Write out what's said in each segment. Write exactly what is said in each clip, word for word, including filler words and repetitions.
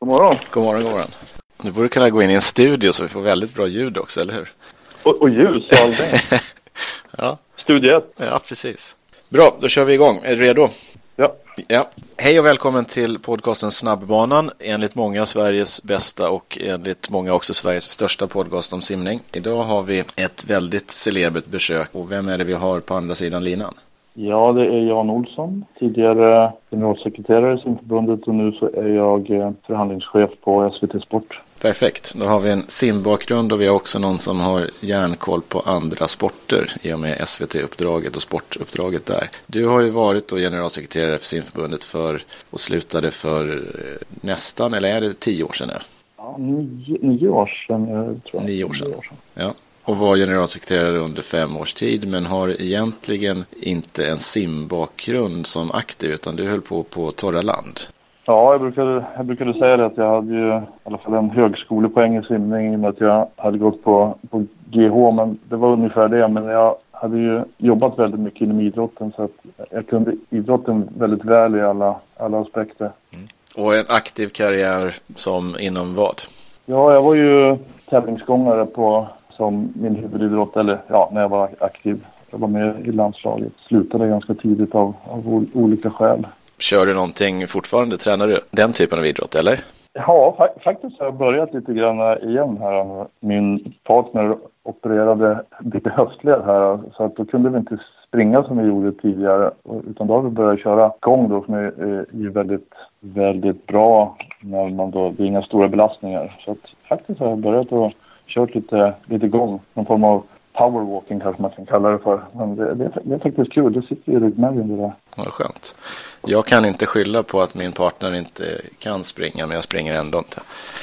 morgon. God morgon, god morgon. Nu borde kunna gå in i en studio så vi får väldigt bra ljud också, eller hur? Och, och ljus och allting. Ja. Studio ett. Ja, precis. Bra, då kör vi igång. Är du redo? Ja. Ja. Hej och välkommen till podcasten Snabbbanan. Enligt många Sveriges bästa och enligt många också Sveriges största podcast om simning. Idag har vi ett väldigt celebert besök. Och vem är det vi har på andra sidan linan? Ja, det är Jan Olsson, tidigare generalsekreterare i simförbundet, och nu så är jag förhandlingschef på S V T Sport. Perfekt, då har vi en simbakgrund och vi har också någon som har järnkoll på andra sporter i och med S V T-uppdraget och sportuppdraget där. Du har ju varit då generalsekreterare för simförbundet för och slutade för nästan, eller är det tio år sedan nu? Ja, nio, nio år sedan tror jag. Nio år sedan, nio år sedan. Ja. Och var generalsekreterare under fem års tid, men har egentligen inte en simbakgrund som aktiv, utan du höll på på torra land. Ja, jag brukade, jag brukade säga det att jag hade ju i alla fall en högskolepoäng i simning i och med att jag hade gått på, på G H, men det var ungefär det. Men jag hade ju jobbat väldigt mycket inom idrotten, så att jag kunde idrotten väldigt väl i alla, alla aspekter. Mm. Och en aktiv karriär som inom vad? Ja, jag var ju tävlingsgångare på som min huvudidrott, eller ja, när jag var aktiv. Jag var med i landslaget. Slutade ganska tidigt av, av olika skäl. Kör du någonting fortfarande? Tränar du den typen av idrott, eller? Ja, fa- faktiskt har jag börjat lite grann igen här. Min partner opererade lite höftled här, så att då kunde vi inte springa som vi gjorde tidigare. Utan då har vi börjat köra gång då, som är, är väldigt, väldigt bra när man då, det är inga stora belastningar. Så att faktiskt har jag börjat att kört lite, lite gång, någon form av powerwalking kanske man kan kalla det för. Men det, det, det är faktiskt kul, det sitter i ryggmärgen det där. Vad skönt. Jag kan inte skylla på att min partner inte kan springa, men jag springer ändå inte.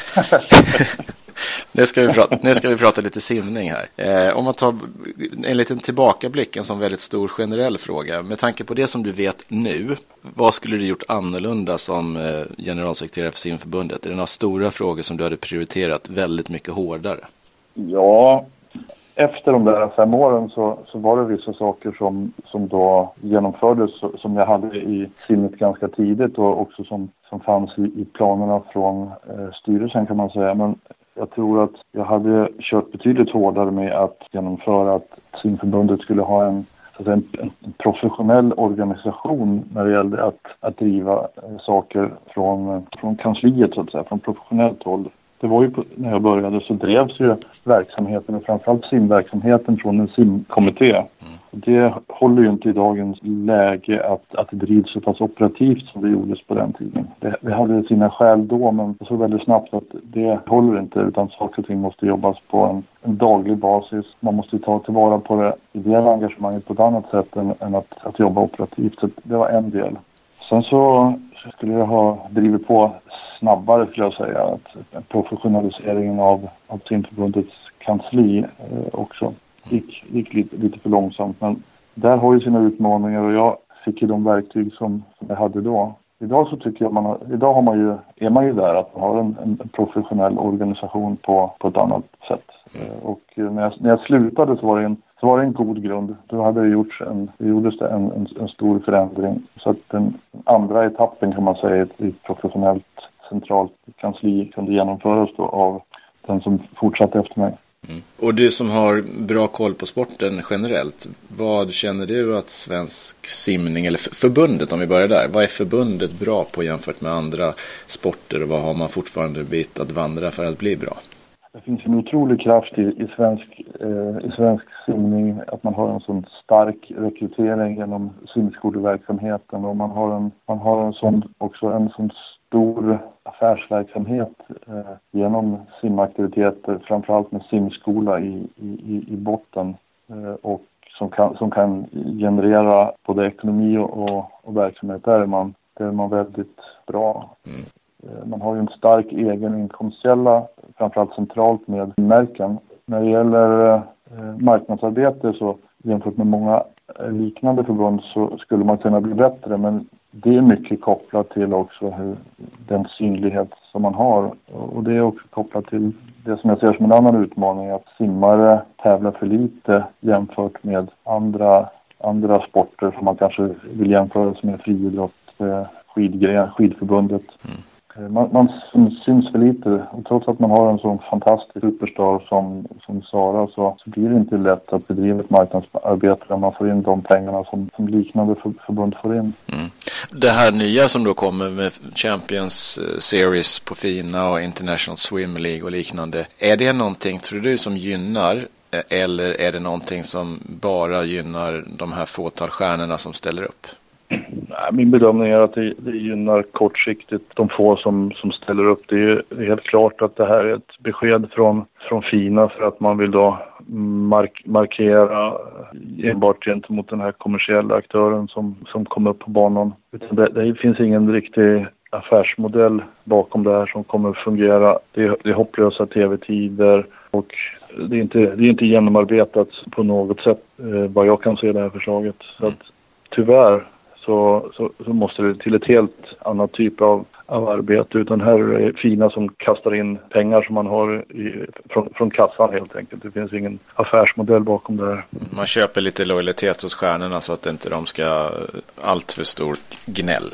nu, ska vi prata, nu ska vi prata lite simning här. Eh, om man tar en liten tillbakablick, en sån väldigt stor generell fråga. Med tanke på det som du vet nu, vad skulle du gjort annorlunda som eh, generalsekreterare för simförbundet? Är det några stora frågor som du hade prioriterat väldigt mycket hårdare? Ja, efter de där fem åren så, så var det vissa saker som, som då genomfördes som jag hade i sinnet ganska tidigt och också som, som fanns i, i planerna från eh, styrelsen kan man säga. Men jag tror att jag hade kört betydligt hårdare med att genomföra att simförbundet skulle ha en, så att säga, en, en professionell organisation när det gällde att, att driva eh, saker från, från kansliet så att säga, från professionellt håll. Det var ju på, när jag började så drevs ju verksamheten och framförallt simverksamheten från en simkommitté. Mm. Det håller ju inte i dagens läge att, att det drivs så pass operativt som det gjordes på den tiden. Det, det hade sina skäl då, men det såg väldigt snabbt att det håller inte, utan saker och ting måste jobbas på en, en daglig basis. Man måste ta tillvara på det ideella engagemanget på ett annat sätt än, än att, att jobba operativt. Så det var en del. Sen så skulle jag ha drivit på snabbare, skulle jag säga, att professionaliseringen av, av simförbundets kansli eh, också gick, gick lite, lite för långsamt. Men där har ju sina utmaningar och jag fick ju de verktyg som, som jag hade då. Idag så tycker jag man har, idag har man ju, är man ju där att man har en, en professionell organisation på, på ett annat sätt. Eh, och när jag, när jag slutade så var det en Så var det en god grund. Då hade det gjorts en, det gjordes det en, en, en stor förändring. Så att den andra etappen kan man säga ett, ett professionellt centralt kansli kunde genomföras då av den som fortsatte efter mig. Mm. Och du som har bra koll på sporten generellt, vad känner du att svensk simning, eller förbundet om vi börjar där, vad är förbundet bra på jämfört med andra sporter och vad har man fortfarande bit att vandra för att bli bra? Det finns en otrolig kraft i, i, svensk, eh, i svensk simning, att man har en sån stark rekrytering genom simskoleverksamheten och man har en, man har en sån, också en sån stor affärsverksamhet eh, genom simaktiviteter, framförallt med simskola i, i, i botten eh, och som kan, som kan generera både ekonomi och, och verksamhet. Där är man, där är man väldigt bra. Mm. Man har ju en stark egen inkomstkälla, framförallt centralt med märken. När det gäller eh, marknadsarbete så jämfört med många liknande förbund så skulle man kunna bli bättre. Men det är mycket kopplat till också hur, den synlighet som man har. Och det är också kopplat till det som jag ser som en annan utmaning, att simmare tävlar för lite jämfört med andra, andra sporter som man kanske vill jämföra med friidrott, skidgren, skidförbundet. Mm. Man, man syns för lite. Och trots att man har en sån fantastisk superstar som, som Sara så, så blir det inte lätt att bedriva ett marknadsarbete där man får in de pengarna som, som liknande för, förbund får in. Mm. Det här nya som då kommer med Champions Series på Fina och International Swim League och liknande. Är det någonting, tror du, som gynnar eller är det någonting som bara gynnar de här fåtal stjärnorna som ställer upp? Min bedömning är att det, det gynnar kortsiktigt de få som, som ställer upp. Det är, det är helt klart att det här är ett besked från, från Fina för att man vill då mark, markera enbart gentemot den här kommersiella aktören som, som kommer upp på banan. Det, det finns ingen riktig affärsmodell bakom det här som kommer att fungera. Det är, det är hopplösa tv-tider och det är inte, det är inte genomarbetat på något sätt eh, vad jag kan se det här förslaget. Så att tyvärr Så, så, så måste det till ett helt annat typ av, av arbete. Utan här är det Fina som kastar in pengar som man har i, från, från kassan helt enkelt. Det finns ingen affärsmodell bakom det här. Man köper lite lojalitet hos stjärnorna så att inte de ska allt för stort gnäll.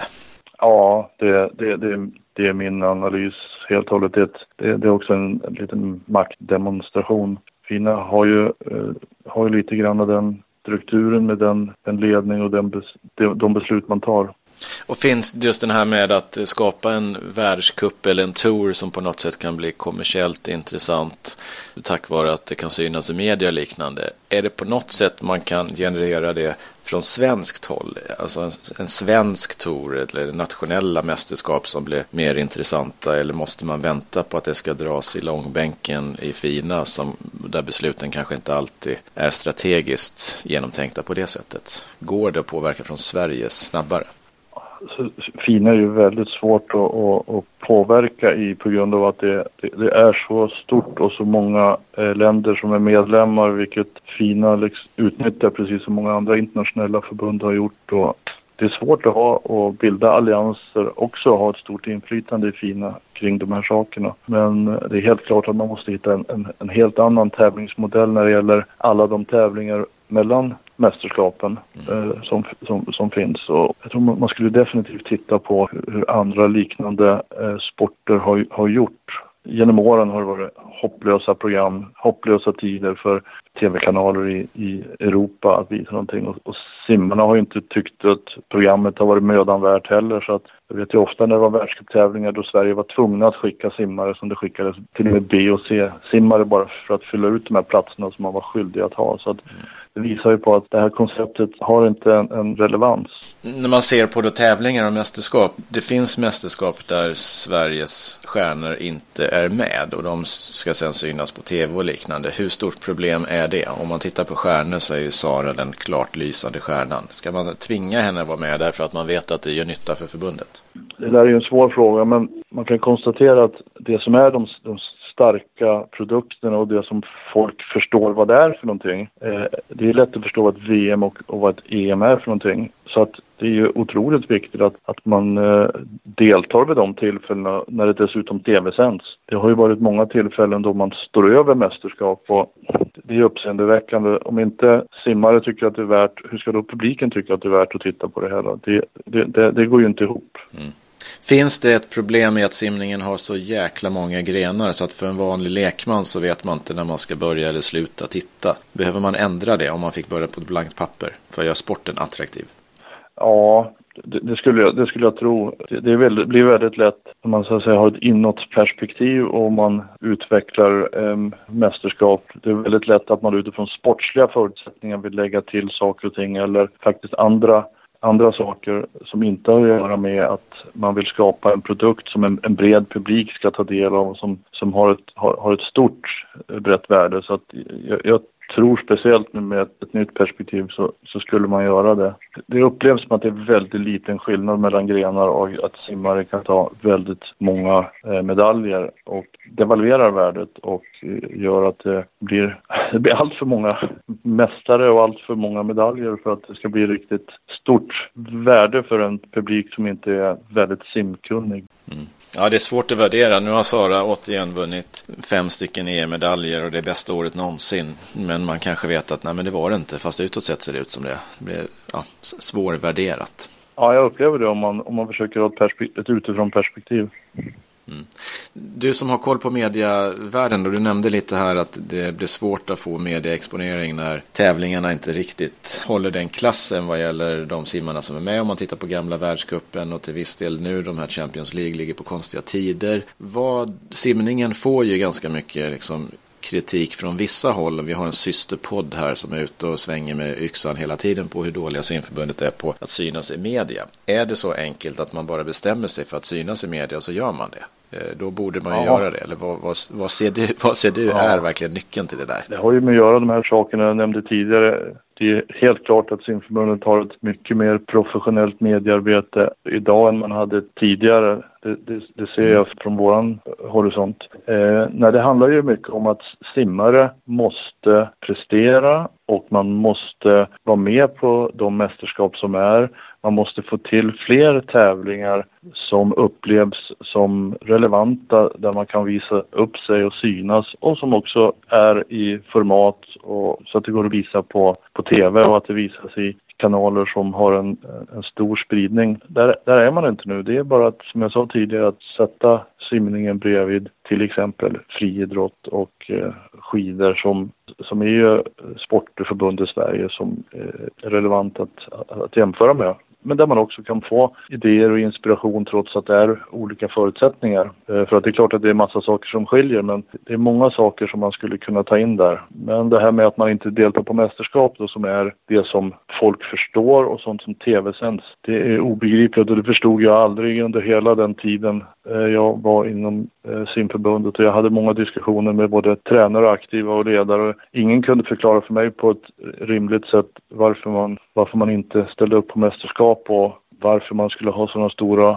Ja, det, det, det, det är min analys helt och hållet. Det, det, det är också en, en liten maktdemonstration. Fina har ju, eh, har ju lite grann av den strukturen med den, den ledning och den bes, de, de beslut man tar. Och finns just den här med att skapa en världscup eller en tour som på något sätt kan bli kommersiellt intressant tack vare att det kan synas i media och liknande. Är det på något sätt man kan generera det från svenskt håll? Alltså en, en svensk tour eller nationella mästerskap som blir mer intressanta, eller måste man vänta på att det ska dras i långbänken i Fina som, där besluten kanske inte alltid är strategiskt genomtänkta på det sättet? Går det att påverka från Sverige snabbare? Så Fina är ju väldigt svårt att, att, att påverka i på grund av att det, det, det är så stort och så många eh, länder som är medlemmar, vilket Fina liksom utnyttjar precis som många andra internationella förbund har gjort. Och det är svårt att ha och bilda allianser också, ha ett stort inflytande i Fina kring de här sakerna. Men det är helt klart att man måste hitta en, en, en helt annan tävlingsmodell när det gäller alla de tävlingar mellan mästerskapen mm. eh, som, som, som finns. Och jag tror man skulle definitivt titta på hur, hur andra liknande eh, sporter har, har gjort. Genom åren har det varit hopplösa program, hopplösa tider för tv-kanaler i, i Europa att visa någonting. Och, och simmarna har ju inte tyckt att programmet har varit mödan värt heller. Så att jag vet ju ofta när det var världscuptävlingar då Sverige var tvungna att skicka simmare som det skickades till och med B och C-simmare bara för att fylla ut de här platserna som man var skyldig att ha. Så att det visar ju på att det här konceptet har inte en, en relevans. När man ser på då tävlingar och mästerskap, det finns mästerskap där Sveriges stjärnor inte är med och de ska sen synas på tv och liknande. Hur stort problem är det? Om man tittar på stjärnor så är ju Sara den klart lysande stjärnan. Ska man tvinga henne att vara med därför att man vet att det gör nytta för förbundet? Det där är ju en svår fråga, men man kan konstatera att det som är de, de starka produkterna och det som folk förstår vad det är för någonting. Eh, det är lätt att förstå vad ett V M och, och vad ett E M är för någonting. Så att det är ju otroligt viktigt att, att man eh, deltar vid de tillfällena när det dessutom tv-sänds. Det har ju varit många tillfällen då man står över mästerskap och det är uppseendeväckande. Om inte simmare tycker att det är värt, hur ska då publiken tycka att det är värt att titta på det här? Det, det, det, det går ju inte ihop. Mm. Finns det ett problem med att simningen har så jäkla många grenar så att för en vanlig lekman så vet man inte när man ska börja eller sluta titta? Behöver man ändra det om man fick börja på ett blankt papper för att göra sporten attraktiv? Ja, det, det, skulle, jag, det skulle jag tro. Det, det är väldigt, blir väldigt lätt när man så att säga har ett inåtperspektiv och man utvecklar eh, mästerskap. Det är väldigt lätt att man utifrån sportsliga förutsättningar vill lägga till saker och ting eller faktiskt andra Andra saker som inte har att göra med att man vill skapa en produkt som en, en bred publik ska ta del av och som, som har, ett, har, har ett stort brett värde. Så att jag, jag tror speciellt med ett, ett nytt perspektiv så, så skulle man göra det. Det upplevs som att det är väldigt liten skillnad mellan grenar och att simmare kan ta väldigt många eh, medaljer och devalverar värdet och eh, gör att det blir, det blir allt för många mästare och allt för många medaljer för att det ska bli riktigt stort värde för en publik som inte är väldigt simkunnig. Mm. Ja, det är svårt att värdera. Nu har Sara återigen vunnit fem stycken E M-medaljer och det är bästa året någonsin. Men man kanske vet att nej, men det var det inte. Fast utåt sett ser det ut som det. Det blir ja, svårvärderat. Ja, jag upplever det om man, om man försöker ha ett, perspekt- ett utifrån perspektiv. Mm. Du som har koll på mediavärlden, och du nämnde lite här att det blir svårt att få medieexponering när tävlingarna inte riktigt håller den klassen vad gäller de simmarna som är med. Om man tittar på gamla världscupen och till viss del nu de här Champions League ligger på konstiga tider. Vad, simningen får ju ganska mycket liksom kritik från vissa håll, och vi har en systerpodd här som är ute och svänger med yxan hela tiden på hur dåliga simförbundet är på att synas i media. Är det så enkelt att man bara bestämmer sig för att synas i media och så gör man det? Då borde man ju ja. göra det. Eller vad, vad, vad ser du, vad ser du ja. är verkligen nyckeln till det där? Det har ju med att göra de här sakerna jag nämnde tidigare. Det är helt klart att simförbundet har ett mycket mer professionellt mediearbete idag än man hade tidigare. Det, det, det ser jag från våran horisont. Eh, nej, det handlar ju mycket om att simmare måste prestera och man måste vara med på de mästerskap som är. Man måste få till fler tävlingar som upplevs som relevanta, där man kan visa upp sig och synas, och som också är i format och så att det går att visa på, på tv och att det visas i kanaler som har en, en stor spridning. Där, där är man inte nu. Det är bara att, som jag sa tidigare, att sätta simningen bredvid till exempel friidrott och eh, skidor som, som är ju sportförbundet i Sverige som är relevant att, att jämföra med. Men där man också kan få idéer och inspiration trots att det är olika förutsättningar. För att det är klart att det är massa saker som skiljer, men det är många saker som man skulle kunna ta in där. Men det här med att man inte deltar på mästerskap då, som är det som folk förstår och sånt som tv-sänds, det är obegripligt, och det förstod jag aldrig under hela den tiden jag var inom simförbundet. Och jag hade många diskussioner med både tränare, aktiva och ledare. Ingen kunde förklara för mig på ett rimligt sätt varför man, varför man inte ställde upp på mästerskap och varför man skulle ha sådana stora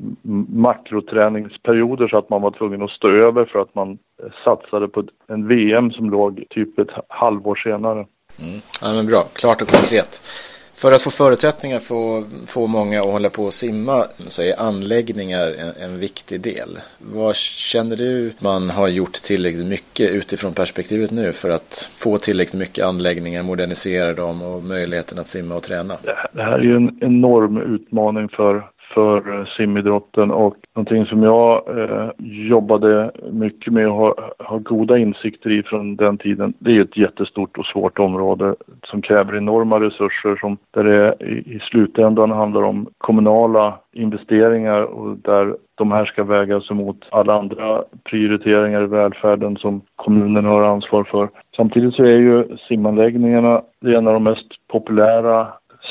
makroträningsperioder så att man var tvungen att stå över för att man satsade på en V M som låg typ ett halvår senare. Mm. Ja, men bra, klart och konkret. För att få förutsättningar för att få många att hålla på och simma så är anläggningar en, en viktig del. Vad känner du man har gjort tillräckligt mycket utifrån perspektivet nu för att få tillräckligt mycket anläggningar, modernisera dem och möjligheten att simma och träna? Det här är ju en enorm utmaning för för simidrotten, och någonting som jag eh, jobbade mycket med och har, har goda insikter i från den tiden. Det är ett jättestort och svårt område som kräver enorma resurser, som där det i, i slutändan handlar om kommunala investeringar och där de här ska vägas emot alla andra prioriteringar i välfärden som kommunen har ansvar för. Samtidigt så är ju simanläggningarna en av de mest populära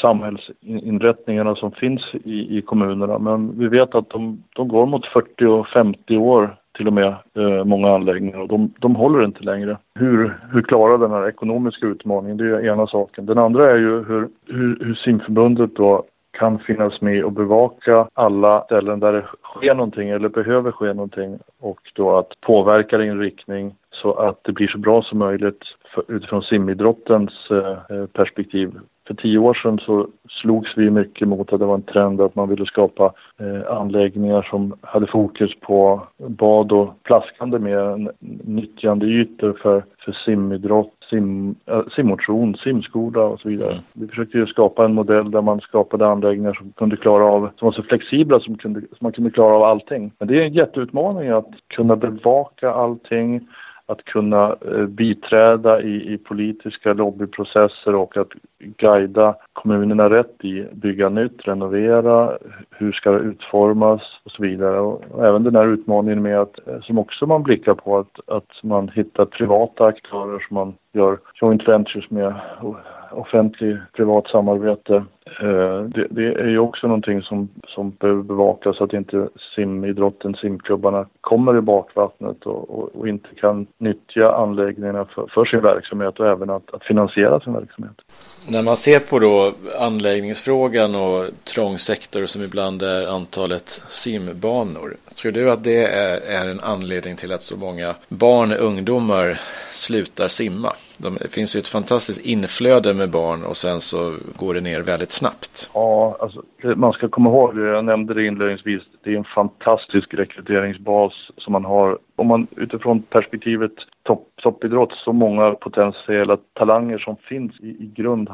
samhällsinrättningarna som finns i, i kommunerna, men vi vet att de, de går mot fyrtio och femtio år till och med, eh, många anläggningar, och de, de håller inte längre. Hur, hur klarar den här ekonomiska utmaningen? Det är ena saken. Den andra är ju hur, hur, hur simförbundet då kan finnas med och bevaka alla ställen där det sker någonting eller behöver ske någonting, och då att påverka din riktning så att det blir så bra som möjligt för, utifrån simidrottens eh, perspektiv. För tio år sedan så slogs vi mycket mot att det var en trend att man ville skapa eh, anläggningar som hade fokus på bad och plaskande med nyttjande ytor för, för simidrott, sim, äh, simmotion, simskola och så vidare. Mm. Vi försökte ju skapa en modell där man skapade anläggningar som kunde klara av, som var så flexibla som, kunde, som man kunde klara av allting. Men det är en jätteutmaning att kunna bevaka allting, att kunna eh, biträda i, i politiska lobbyprocesser och att guida kommunerna rätt i bygga nytt, renovera, hur ska det utformas och så vidare. Och, och även den här utmaningen med att, eh, som också man blickar på, att, att man hittar privata aktörer som man gör joint ventures med, offentlig privat samarbete. Det, det är ju också någonting som, som behöver bevakas, så att inte simidrotten, simklubbarna kommer i bakvattnet och, och, och inte kan nyttja anläggningarna för, för sin verksamhet och även att, att finansiera sin verksamhet. När man ser på då anläggningsfrågan och trång sektor som ibland är antalet simbanor, tror du att det är, är en anledning till att så många barn och ungdomar slutar simma? De, det finns ju ett fantastiskt inflöde med barn och sen så går det ner väldigt snabbt. Ja, alltså, man ska komma ihåg det, jag nämnde det inledningsvis, det är en fantastisk rekryteringsbas som man har. Om man utifrån perspektivet topp, toppidrott, så många potentiella talanger som finns i, i grund här.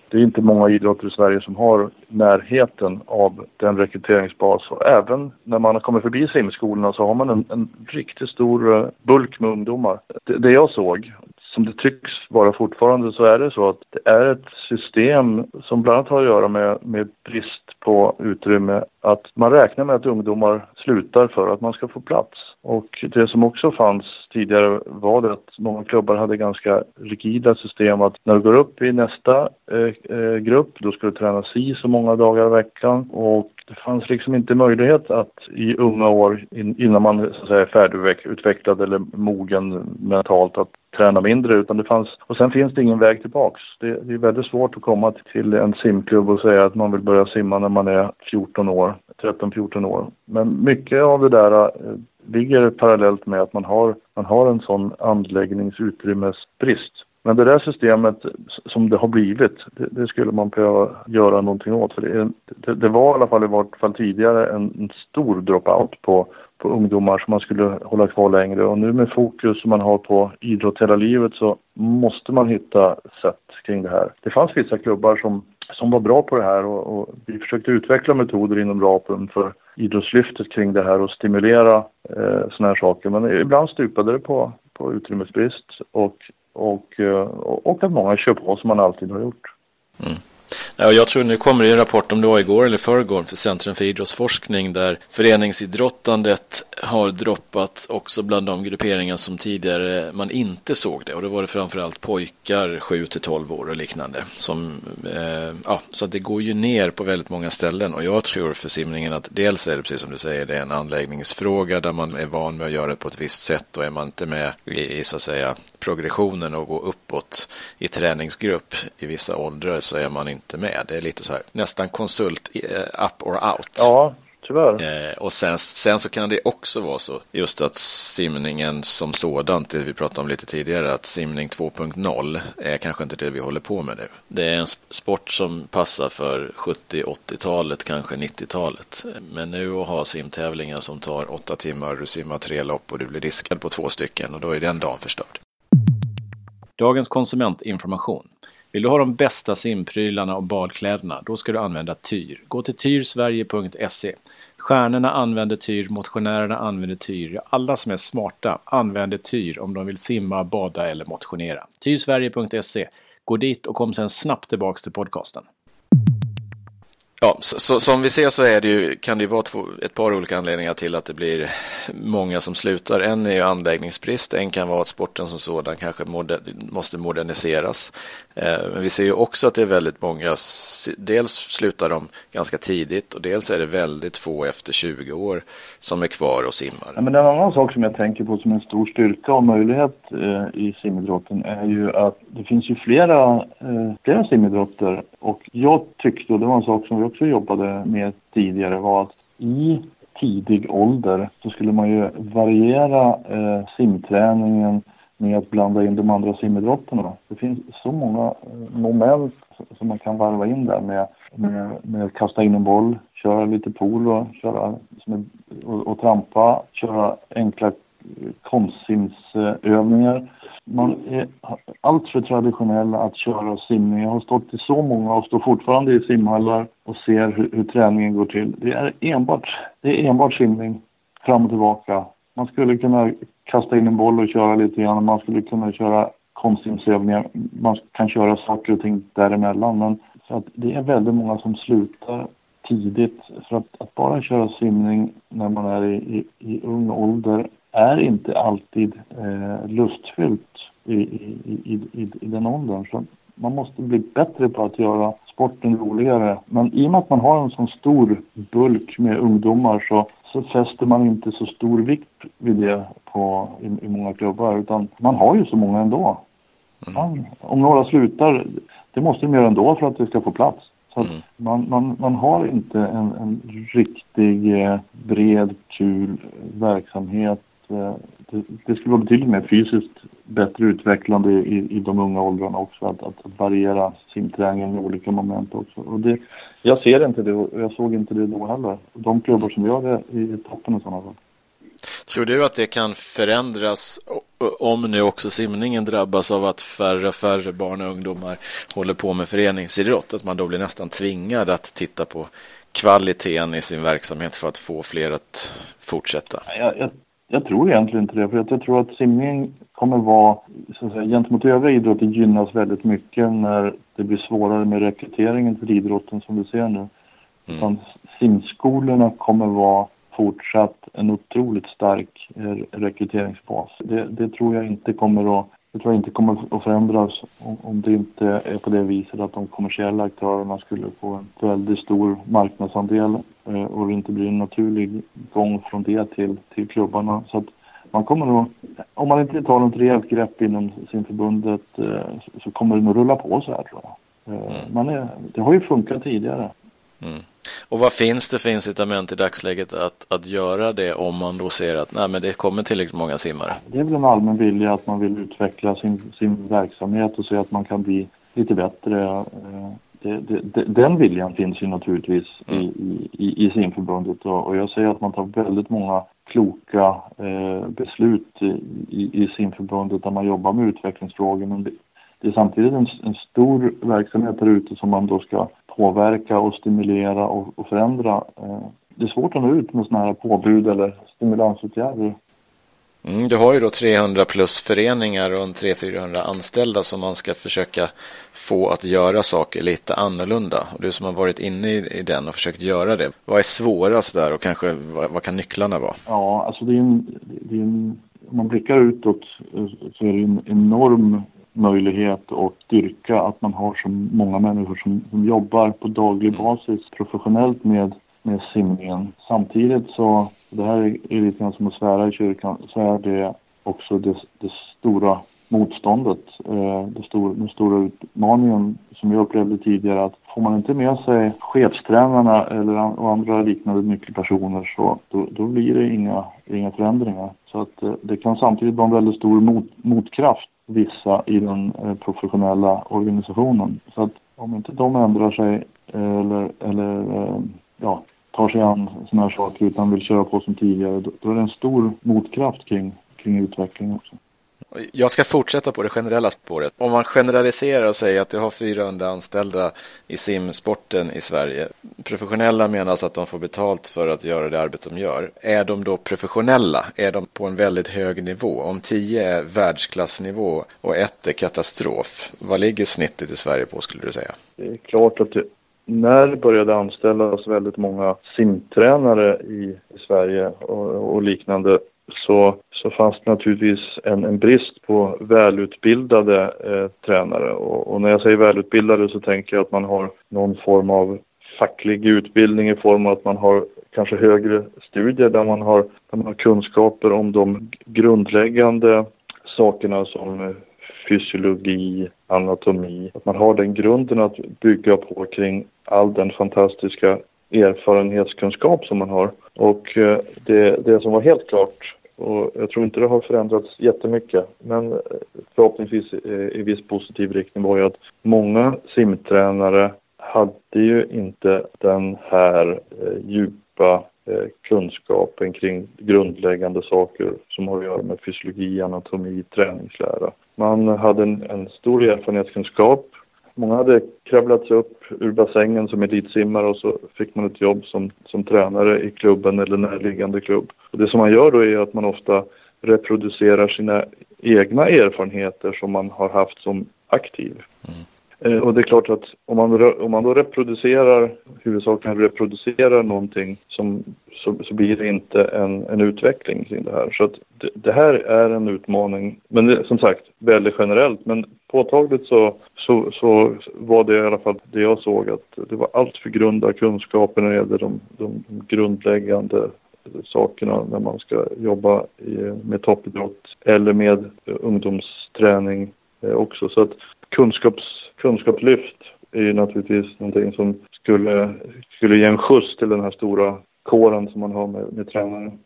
det är inte många idrotter i Sverige som har närheten av den rekryteringsbas. Och även när man har kommit förbi simskolorna så har man en, en riktigt stor bulk med ungdomar. Det, det jag såg, som det tycks vara fortfarande, så är det så att det är ett system som bland annat har att göra med, med brist på utrymme. Att man räknar med att ungdomar slutar för att man ska få plats. Och det som också fanns tidigare var det att många klubbar hade ganska rigida system. Att när du går upp i nästa eh, grupp, då ska du träna si så många dagar i veckan. Och det fanns liksom inte möjlighet att i unga år, in, innan man så att säga, är färdigutvecklad eller mogen mentalt, att träna mindre, utan det fanns, och sen finns det ingen väg tillbaks. Det, det är väldigt svårt att komma till en simklubb och säga att man vill börja simma när man är fjorton år, tretton fjorton år. Men mycket av det där eh, ligger parallellt med att man har, man har en sån anläggningsutrymmesbrist. Men det där systemet som det har blivit, det, det skulle man behöva göra någonting åt. För det, det, det var i alla fall i vart fall tidigare en, en stor dropout på på ungdomar som man skulle hålla kvar längre. Och nu med fokus som man har på idrott hela livet så måste man hitta sätt kring det här. Det fanns vissa klubbar som, som var bra på det här och, och vi försökte utveckla metoder inom ramen för idrottslyftet kring det här och stimulera eh, såna här saker. Men ibland stupade det på, på utrymmesbrist och, och, och, och att många kör på som man alltid har gjort. Mm. Ja, jag tror nu kommer det en rapport om det var igår eller förrgår för Centrum för idrottsforskning där föreningsidrottandet har droppat också bland de grupperingar som tidigare man inte såg det. Och då var det framförallt pojkar sju till tolv år och liknande. Som, eh, ja, så att det går ju ner på väldigt många ställen. Och jag tror för simningen att dels är det precis som du säger, det är en anläggningsfråga där man är van med att göra det på ett visst sätt och är man inte med i, i så att säga progressionen och gå uppåt i träningsgrupp i vissa åldrar så är man inte med. Det är lite så här, nästan konsult uh, up or out. Ja, tyvärr. Eh, och sen, sen så kan det också vara så just att simningen som sådant, det vi pratade om lite tidigare, att simning två punkt noll är kanske inte det vi håller på med nu. Det är en sport som passar för sjuttio-åttiotalet, kanske nittiotalet. Men nu att ha simtävlingar som tar åtta timmar, du simmar tre lopp och du blir diskad på två stycken och då är den dagen förstörd. Dagens konsumentinformation. Vill du ha de bästa simprylarna och badkläderna, då ska du använda Tyr. Gå till tyrsverige punkt se. Stjärnorna använder Tyr, motionärerna använder Tyr. Alla som är smarta använder Tyr om de vill simma, bada eller motionera. tyrsverige punkt se. Gå dit och kom sen snabbt tillbaka till podcasten. Ja, så, så, som vi ser så är det ju, kan det ju vara två, ett par olika anledningar till att det blir många som slutar. En är ju anläggningsbrist, en kan vara att sporten som sådan kanske moder, måste moderniseras. Eh, men vi ser ju också att det är väldigt många, dels slutar de ganska tidigt och dels är det väldigt få efter tjugo år som är kvar och simmar. Ja, men en annan sak som jag tänker på som en stor styrka och möjlighet eh, i simidrotten är ju att det finns ju flera, eh, flera simidrotter och jag tyckte, och det var en sak som vi också jobbade med tidigare, var att i tidig ålder så skulle man ju variera eh, simträningen med att blanda in de andra simidrotterna. Det finns så många eh, moment som man kan varva in där med, med, med att kasta in en boll, köra lite polo, köra, och, och trampa, köra enkla konstsimsövningar. Man är allt för traditionell att köra simning. Jag har stått i så många och står fortfarande i simhallar och ser hur, hur träningen går till. Det är enbart, det är enbart simning fram och tillbaka. Man skulle kunna kasta in en boll och köra lite grann. Man skulle kunna köra konstsimsövningar. Man kan köra saker och ting däremellan. Men så att det är väldigt många som slutar tidigt. För att, att bara köra simning när man är i, i, i ung ålder är inte alltid eh, lustfyllt i, i, i, i, i den åldern. Så man måste bli bättre på att göra sporten roligare. Men i och med att man har en sån stor bulk med ungdomar så, så fäster man inte så stor vikt vid det på, i, i många klubbar. Utan man har ju så många ändå. Man, om några slutar, det måste de göra ändå för att det ska få plats. Så att man, man, man har inte en, en riktig eh, bred, kul verksamhet. Det, det skulle vara betydligt mer fysiskt bättre utvecklande i, i de unga åldrarna också. Att, att variera simträningen i olika moment också. Och det, jag ser inte det och jag såg inte det då heller. De klubbar som gör det i toppen och sådana fall. Tror du att det kan förändras Och om nu också simningen drabbas av att färre och färre barn och ungdomar håller på med föreningsidrott, att man då blir nästan tvingad att titta på kvaliteten i sin verksamhet för att få fler att fortsätta. Jag, jag, jag tror egentligen inte det, för att jag tror att simning kommer vara, så att säga, gentemot övriga idrotter gynnas väldigt mycket när det blir svårare med rekryteringen till idrotten som vi ser nu. Mm. Simskolorna kommer vara fortsatt en otroligt stark rekryteringsbas. Det, det tror jag inte kommer att, det tror jag inte kommer att förändras om, om det inte är på det viset att de kommersiella aktörerna skulle få en väldigt stor marknadsandel eh, och det inte blir en naturlig gång från det till, till klubbarna. Så att man kommer att, om man inte tar något rejält grepp inom sin förbundet eh, så, så kommer det nog rulla på så här, tror jag. Eh, mm. man är, det har ju funkat tidigare. Mm. Och vad finns det för incitament i dagsläget att, att göra det om man då ser att nej, men det kommer tillräckligt många simmare? Det är väl en allmän vilja att man vill utveckla sin, sin verksamhet och se att man kan bli lite bättre. Det, det, det, den viljan finns ju naturligtvis mm. i, i, i simförbundet och, och jag säger att man tar väldigt många kloka eh, beslut i, i, i simförbundet där man jobbar med utvecklingsfrågor, men det, det är samtidigt en, en stor verksamhet där ute som man då ska påverka och stimulera och, och förändra. Det är svårt att nå ut med sådana här påbud eller stimulansåtgärder. Mm, du har ju då trehundra plus föreningar och en tre till fyrahundra anställda som man ska försöka få att göra saker lite annorlunda. Och du som har varit inne i, i den och försökt göra det. Vad är svårast där och kanske vad, vad kan nycklarna vara? Ja, alltså det är en, det är en, om man blickar utåt så är det en enorm möjlighet och styrka att man har så många människor som, som jobbar på daglig basis professionellt med, med simningen. Samtidigt så, det här är, är lite grann som att svära i kyrkan, så är det också det, det stora motståndet, eh, det stor, den stora utmaningen som jag upplevde tidigare, att får man inte med sig chefstränarna eller och andra liknande nyckelpersoner så då, då blir det inga, inga förändringar. Så att eh, det kan samtidigt vara en väldigt stor mot, motkraft vissa i den eh, professionella organisationen. Så att om inte de ändrar sig eh, eller, eller eh, ja, tar sig an såna här saker utan vill köra på som tidigare, då, då är det en stor motkraft kring, kring utveckling också. Jag ska fortsätta på det generella spåret. Om man generaliserar och säger att du har fyrahundra anställda i simsporten i Sverige. Professionella menas att de får betalt för att göra det arbete de gör. Är de då professionella? Är de på en väldigt hög nivå? Om tio är världsklassnivå och ett är katastrof. Vad ligger snittet i Sverige på, skulle du säga? Det är klart att det, när det började anställas väldigt många simtränare i, i Sverige och, och liknande, så, så fanns det naturligtvis en, en brist på välutbildade eh, tränare. Och, och när jag säger välutbildade så tänker jag att man har någon form av facklig utbildning i form av att man har kanske högre studier där man har, där man har kunskaper om de grundläggande sakerna som fysiologi, anatomi. Att man har den grunden att bygga på kring all den fantastiska erfarenhetskunskap som man har. Och det, det som var helt klart, och jag tror inte det har förändrats jättemycket, men förhoppningsvis i viss positiv riktning, var ju att många simtränare hade ju inte den här djupa kunskapen kring grundläggande saker som har att göra med fysiologi, anatomi, träningslära. Man hade en, en stor erfarenhetskunskap. Många hade kravlats upp ur bassängen som elitsimmare och så fick man ett jobb som, som tränare i klubben eller närliggande klubb. Och det som man gör då är att man ofta reproducerar sina egna erfarenheter som man har haft som aktiv. Mm. Eh, och det är klart att om man, om man då reproducerar, huvudsakligen reproducerar någonting som, så, så blir det inte en, en utveckling kring det här. Så att det, det här är en utmaning, men det, som sagt väldigt generellt, men påtagligt så, så, så var det i alla fall det jag såg, att det var allt för grunda kunskaper när det gäller de, de grundläggande sakerna när man ska jobba i, med toppidrott eller med ungdomsträning eh, också. Så att kunskaps, kunskapslyft är ju naturligtvis någonting som skulle, skulle ge en skjuts till den här stora kåren som man har med, med tränare. Mm.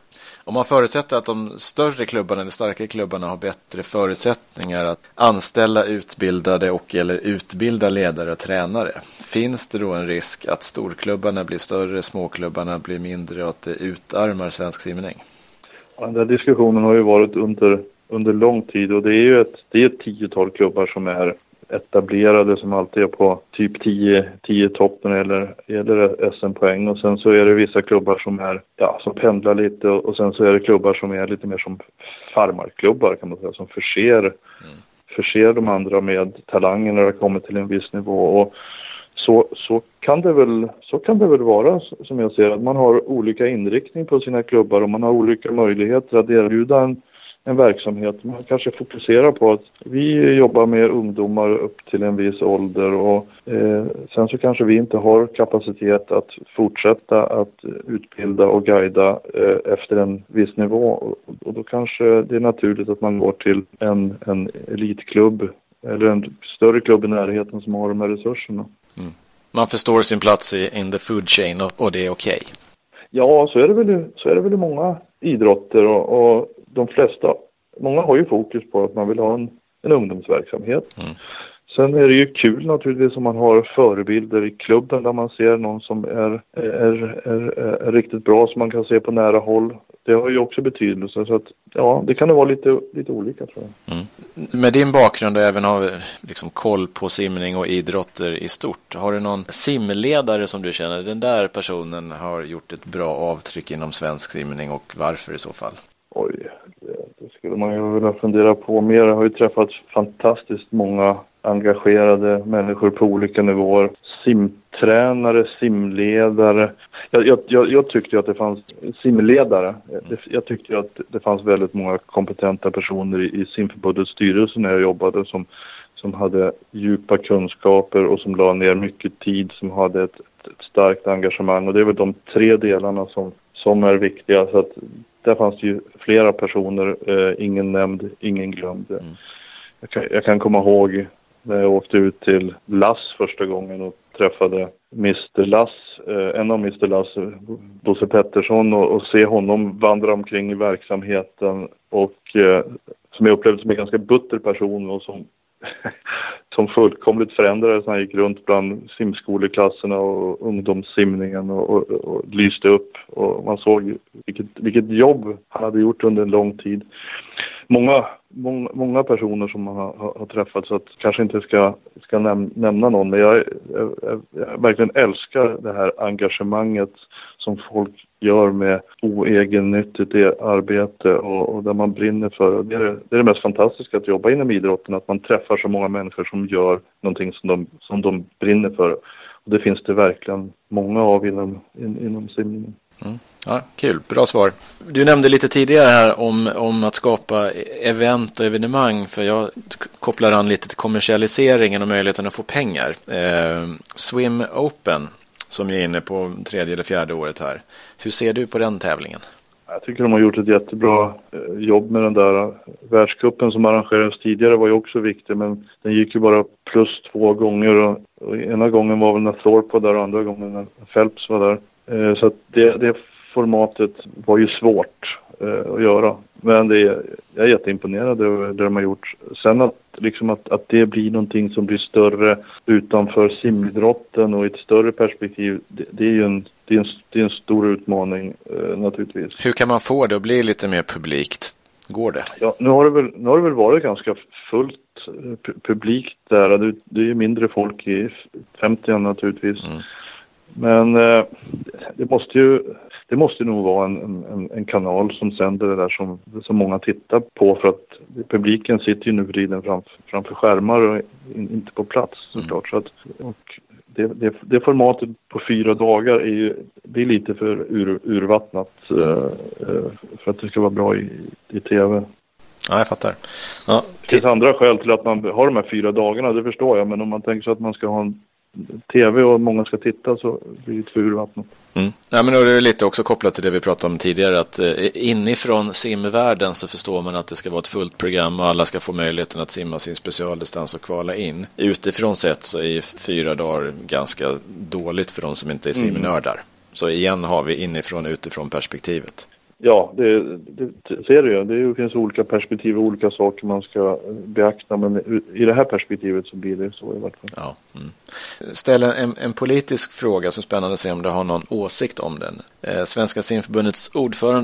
Om man förutsätter att de större klubbarna eller starkare klubbarna har bättre förutsättningar att anställa utbildade och eller utbilda ledare och tränare, finns det då en risk att storklubbarna blir större, småklubbarna blir mindre och att det utarmar svensk simning? Ja, den där diskussionen har ju varit under under lång tid, och det är ju ett, det är ett tiotal klubbar som är etablerade, som alltid är på typ tio toppen eller, eller S M-poäng, och sen så är det vissa klubbar som är, ja, som pendlar lite, och, och sen så är det klubbar som är lite mer som farmarklubbar kan man säga, som förser, mm. förser de andra med talanger när det kommer till en viss nivå. Och så, så, kan det väl, så kan det väl vara, som jag ser, att man har olika inriktning på sina klubbar och man har olika möjligheter att erbjuda en en verksamhet. Man kanske fokuserar på att vi jobbar med ungdomar upp till en viss ålder, och eh, sen så kanske vi inte har kapacitet att fortsätta att utbilda och guida eh, efter en viss nivå, och, och då kanske det är naturligt att man går till en, en elitklubb eller en större klubb i närheten som har de här resurserna. Mm. Man förstår sin plats i in the food chain, och, och det är okej. Okay. Ja, så är det väl, så är det väl i många idrotter, och, och de flesta, många har ju fokus på att man vill ha en, en ungdomsverksamhet. Mm. Sen är det ju kul naturligtvis om man har förebilder i klubben där man ser någon som är, är, är, är riktigt bra, som man kan se på nära håll. Det har ju också betydelse, så att ja, det kan det vara lite, lite olika, tror jag. Mm. Med din bakgrund och även av liksom koll på simning och idrotter i stort, har du någon simledare som du känner, den där personen har gjort ett bra avtryck inom svensk simning, och varför i så fall? Oj, det, det skulle man ju vilja fundera på mer. Jag har ju träffat fantastiskt många engagerade människor på olika nivåer. Simtränare, simledare. Jag, jag, jag, jag tyckte att det fanns simledare. Jag, jag tyckte att det fanns väldigt många kompetenta personer i, i simförbundets styrelse när jag jobbade, som, som hade djupa kunskaper och som la ner mycket tid, som hade ett, ett starkt engagemang. Och det är väl de tre delarna som, som är viktiga. Så att där fanns det ju flera personer, eh, ingen nämnd, ingen glömd. Mm. Jag, kan, jag kan komma ihåg när jag åkte ut till Lass första gången och träffade mister Lass, eh, en av mister Lass, Bosse Pettersson, och, och se honom vandra omkring i verksamheten, och eh, som jag upplevde som en ganska butter person, och som, som fullkomligt förändrades när han gick runt bland simskoleklasserna och ungdomssimningen och, och, och lyste upp, och man såg vilket, vilket jobb han hade gjort under en lång tid. Många, många, många personer som man har, har, har träffat, så att kanske inte ska, ska näm- nämna någon, men jag, jag, jag, jag verkligen älskar det här engagemanget som folk gör med oegennyttigt arbete, och, och där man brinner för. Det är, det är det mest fantastiska att jobba inom idrotten, att man träffar så många människor som gör någonting som de, som de brinner för. Och det finns det verkligen många av inom, in, inom simningen. Mm. Ja, kul, bra svar. Du nämnde lite tidigare här om, om att skapa event och evenemang, för jag kopplar an lite till kommersialiseringen och möjligheten att få pengar. Eh, Swim Open, som är inne på tredje eller fjärde året här. Hur ser du på den tävlingen? Jag tycker de har gjort ett jättebra jobb med den där. Världscupen som arrangerades tidigare var ju också viktig, men den gick ju bara plus två gånger, och, och ena gången var väl när Thorpe var där och andra gången när Phelps var där. Eh, så att det, det formatet var ju svårt eh, att göra. Men det är, jag är jätteimponerad över det de har gjort. Sen att, liksom att, att det blir någonting som blir större utanför simidrotten och i ett större perspektiv, det, det är ju en, det är en, det är en stor utmaning eh, naturligtvis. Hur kan man få det att bli lite mer publikt? Går det? Ja, nu har det väl, nu har det väl varit ganska fullt pu- publikt där. Det, det är ju mindre folk i femtio naturligtvis. Mm. Men eh, det måste ju det måste nog vara en, en, en kanal som sänder det där som, som många tittar på, för att publiken sitter ju nu för tiden framför, framför skärmar och in, inte på plats såklart. Så att, och det, det, det formatet på fyra dagar är ju, det är lite för ur, urvattnat eh, för att det ska vara bra i, i tv. Ja, jag fattar. Ja, det finns andra skäl till att man har de här fyra dagarna, det förstår jag, men om man tänker sig att man ska ha en tv och många ska titta, så blir det för urvattnat. Mm. Ja, men då är det lite också kopplat till det vi pratade om tidigare, att eh, inifrån simvärlden så förstår man att det ska vara ett fullt program och alla ska få möjligheten att simma sin specialdistans och kvala in. Utifrån sett så är fyra dagar ganska dåligt för de som inte är simnördar. Mm. Så igen har vi inifrån utifrån perspektivet. Ja, det, det, det ser du ju. Det finns olika perspektiv och olika saker man ska beakta, men i det här perspektivet så blir det så i vart fall. Ja. Mm. Ställ en, en politisk fråga som är spännande att se om du har någon åsikt om den. Eh, Svenska simförbundets ordförande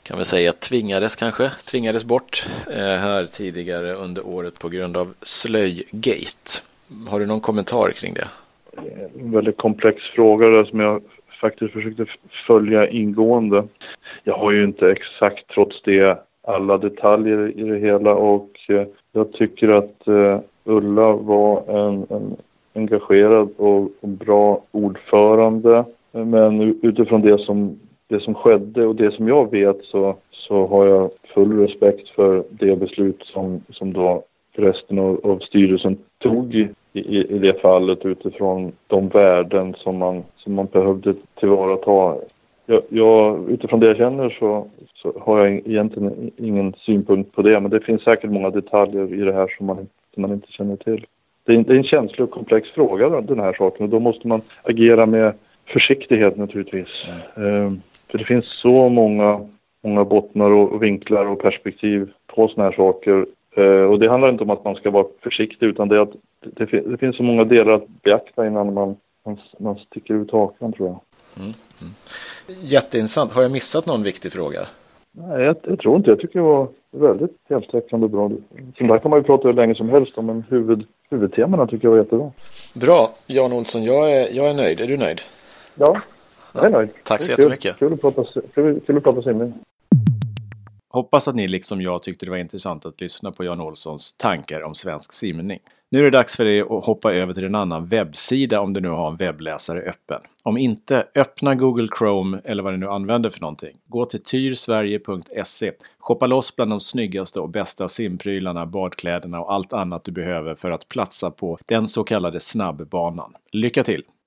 kan vi säga tvingades kanske, tvingades bort eh, här tidigare under året på grund av Slöjgate. Har du någon kommentar kring det? En väldigt komplex fråga där som jag faktiskt försökte följa ingående. Jag har ju inte exakt trots det alla detaljer i det hela och eh, jag tycker att eh, Ulla var en, en engagerad och, och bra ordförande. Men utifrån det som, det som skedde och det som jag vet så, så har jag full respekt för det beslut som, som då resten av, av styrelsen tog i, i, i det fallet utifrån de värden som man, som man behövde tillvarata. Jag, jag, utifrån det jag känner så, så har jag egentligen ingen synpunkt på det. Men det finns säkert många detaljer i det här som man, som man inte känner till. Det är, det är en känslig och komplex fråga den här saken och då måste man agera med försiktighet naturligtvis. Mm. Ehm, för det finns så många, många bottnar och, och vinklar och perspektiv på såna här saker. Ehm, och det handlar inte om att man ska vara försiktig utan det är att det, det, det finns så många delar att beakta innan man, man, man sticker ut hakan tror jag. Mm. Mm. Jätteintressant. Har jag missat någon viktig fråga? Nej, jag, jag tror inte. Jag tycker det var väldigt heltäckande och bra. Som där kan man ju prata hur länge som helst om, men huvud, huvudtemana tycker jag var jättebra. Bra. Jan Olsson, jag är, jag är nöjd. Är du nöjd? Ja, jag är nöjd. Tack så kul, jättemycket. Kul att prata, kul, kul att prata simning. Hoppas att ni liksom jag tyckte det var intressant att lyssna på Jan Olssons tankar om svensk simning. Nu är det dags för dig att hoppa över till en annan webbsida om du nu har en webbläsare öppen. Om inte, öppna Google Chrome eller vad du nu använder för någonting. Gå till tyrsverige punkt se. Shoppa loss bland de snyggaste och bästa simprylarna, badkläderna och allt annat du behöver för att platsa på den så kallade snabbbanan. Lycka till!